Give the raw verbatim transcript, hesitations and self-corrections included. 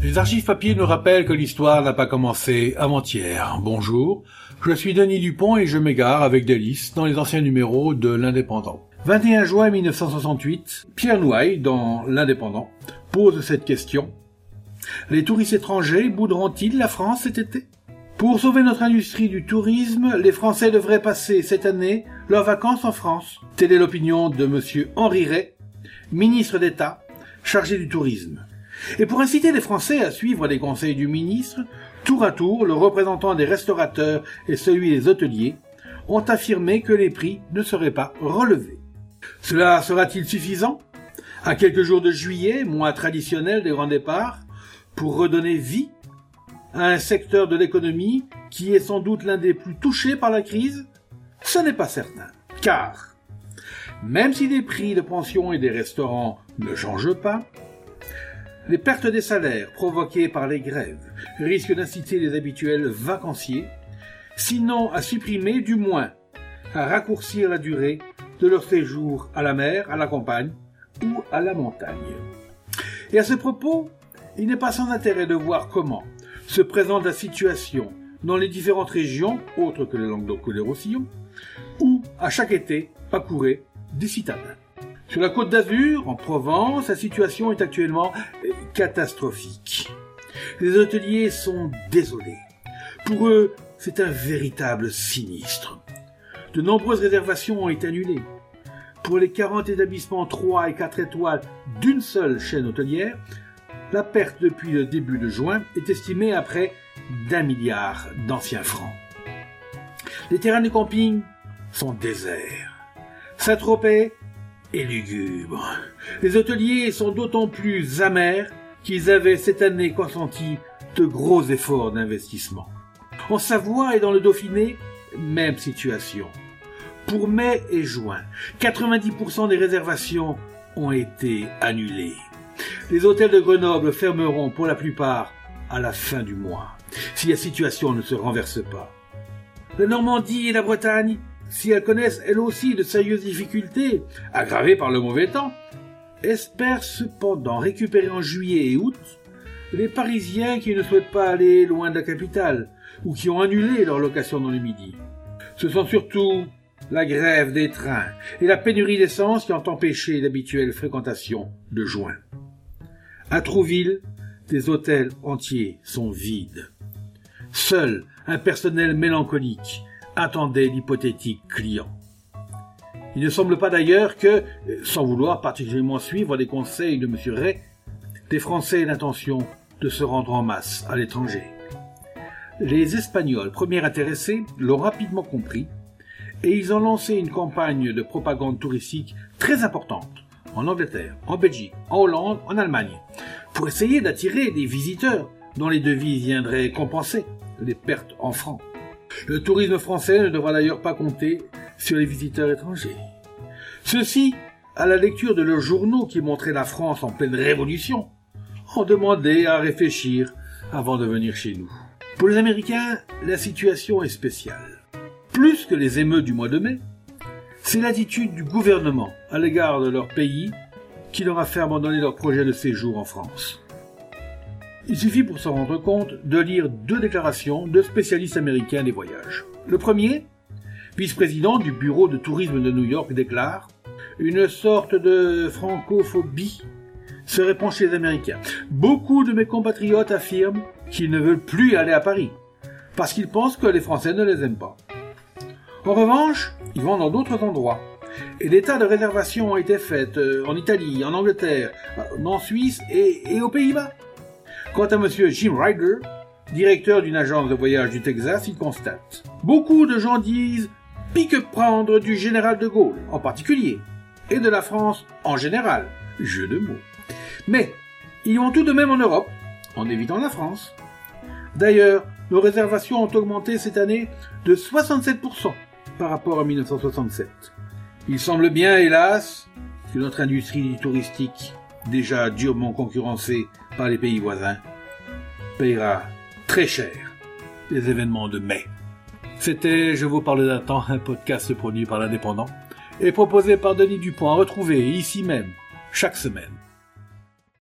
Les archives papier nous rappellent que l'histoire n'a pas commencé avant-hier. Bonjour, je suis Denis Dupont et je m'égare avec délice dans les anciens numéros de l'Indépendant. vingt et un juin mille neuf cent soixante-huit, Pierre Nouaille, dans l'Indépendant, pose cette question. Les touristes étrangers bouderont-ils la France cet été ? Pour sauver notre industrie du tourisme, les Français devraient passer cette année leurs vacances en France. Telle est l'opinion de monsieur Henri Rey, ministre d'État, chargé du tourisme. Et pour inciter les Français à suivre les conseils du ministre, tour à tour, le représentant des restaurateurs et celui des hôteliers ont affirmé que les prix ne seraient pas relevés. Cela sera-t-il suffisant, à quelques jours de juillet, mois traditionnel des grands départs, pour redonner vie à un secteur de l'économie qui est sans doute l'un des plus touchés par la crise ? Ce n'est pas certain, car même si les prix de pension et des restaurants ne changent pas, les pertes des salaires provoquées par les grèves risquent d'inciter les habituels vacanciers, sinon à supprimer, du moins à raccourcir la durée de leur séjour à la mer, à la campagne ou à la montagne. Et à ce propos, il n'est pas sans intérêt de voir comment se présente la situation dans les différentes régions, autres que le Languedoc ou les Roussillon, où, à chaque été, parcouraient des citadins. Sur la Côte d'Azur, en Provence, la situation est actuellement catastrophique. Les hôteliers sont désolés. Pour eux, c'est un véritable sinistre. De nombreuses réservations ont été annulées. Pour les quarante établissements trois et quatre étoiles d'une seule chaîne hôtelière, la perte depuis le début de juin est estimée à près d'un milliard d'anciens francs. Les terrains de camping sont déserts. Saint-Tropez est lugubre. Les hôteliers sont d'autant plus amers qu'ils avaient cette année consenti de gros efforts d'investissement. En Savoie et dans le Dauphiné, même situation. Pour mai et juin, quatre-vingt-dix pour cent des réservations ont été annulées. Les hôtels de Grenoble fermeront pour la plupart à la fin du mois, si la situation ne se renverse pas. La Normandie et la Bretagne, si elles connaissent elles aussi de sérieuses difficultés, aggravées par le mauvais temps, espèrent cependant récupérer en juillet et août les Parisiens qui ne souhaitent pas aller loin de la capitale ou qui ont annulé leur location dans le Midi. Ce sont surtout la grève des trains et la pénurie d'essence qui ont empêché l'habituelle fréquentation de juin. À Trouville, des hôtels entiers sont vides. Seul un personnel mélancolique attendait l'hypothétique client. Il ne semble pas d'ailleurs que, sans vouloir particulièrement suivre les conseils de M. Rey, les Français aient l'intention de se rendre en masse à l'étranger. Les Espagnols, premiers intéressés, l'ont rapidement compris et ils ont lancé une campagne de propagande touristique très importante en Angleterre, en Belgique, en Hollande, en Allemagne, pour essayer d'attirer des visiteurs dont les devises viendraient compenser les pertes en francs. Le tourisme français ne devra d'ailleurs pas compter sur les visiteurs étrangers. Ceux-ci, à la lecture de leurs journaux qui montraient la France en pleine révolution, ont demandé à réfléchir avant de venir chez nous. Pour les Américains, la situation est spéciale. Plus que les émeutes du mois de mai, c'est l'attitude du gouvernement à l'égard de leur pays qui leur a fait abandonner leur projet de séjour en France. Il suffit pour s'en rendre compte de lire deux déclarations de spécialistes américains des voyages. Le premier, vice-président du bureau de tourisme de New York, déclare « Une sorte de francophobie se répand chez les Américains. Beaucoup de mes compatriotes affirment qu'ils ne veulent plus aller à Paris parce qu'ils pensent que les Français ne les aiment pas. En revanche, ils vont dans d'autres endroits. Et des tas de réservations ont été faites en Italie, en Angleterre, en Suisse et, et aux Pays-Bas. Quant à M. Jim Ryder, directeur d'une agence de voyage du Texas, il constate « Beaucoup de gens disent « pique prendre du général de Gaulle en particulier et de la France en général ». Jeu de mots. Mais ils vont tout de même en Europe, en évitant la France. D'ailleurs, nos réservations ont augmenté cette année de soixante-sept pour cent par rapport à mille neuf cent soixante-sept. Il semble bien, hélas, que notre industrie touristique, déjà durement concurrencée par les pays voisins, payera très cher les événements de mai. C'était Je vous parle d'un temps, un podcast produit par l'Indépendant et proposé par Denis Dupont à retrouver ici même chaque semaine.